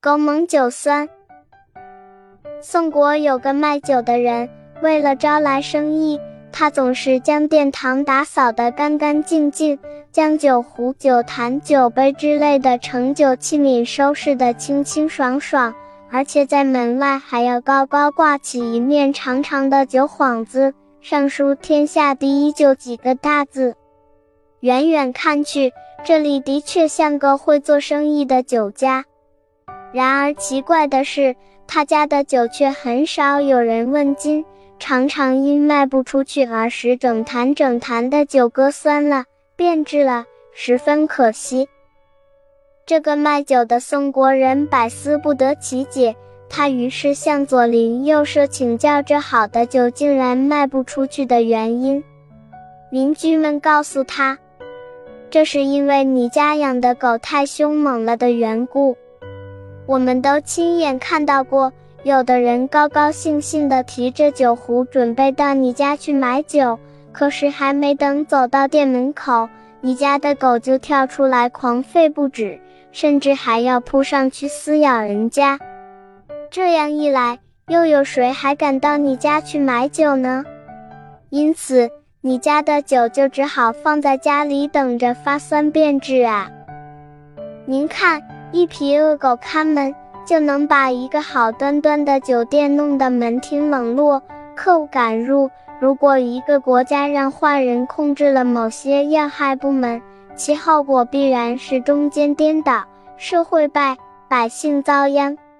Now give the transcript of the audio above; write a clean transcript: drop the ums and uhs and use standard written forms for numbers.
勾蒙酒酸。宋国有个卖酒的人，为了招来生意，他总是将殿堂打扫得干干净净，将酒壶、酒坛、酒杯之类的盛酒器皿收拾得清清爽爽，而且在门外还要高高挂起一面长长的酒幌子，上书天下第一酒几个大字。远远看去，这里的确像个会做生意的酒家。然而奇怪的是，他家的酒却很少有人问津，常常因卖不出去而使整坛整坛的酒割酸了、变质了，十分可惜。这个卖酒的宋国人百思不得其解，他于是向左邻右舍请教这好的酒竟然卖不出去的原因。邻居们告诉他，这是因为你家养的狗太凶猛了的缘故。我们都亲眼看到过，有的人高高兴兴地提着酒壶准备到你家去买酒，可是还没等走到店门口，你家的狗就跳出来狂吠不止，甚至还要扑上去撕咬人家。这样一来，又有谁还敢到你家去买酒呢？因此，你家的酒就只好放在家里等着发酸变质啊。您看，一匹恶狗看门，就能把一个好端端的酒店弄得门庭冷落，客无敢入。如果一个国家让坏人控制了某些要害部门，其后果必然是中间颠倒，社会败，百姓遭殃。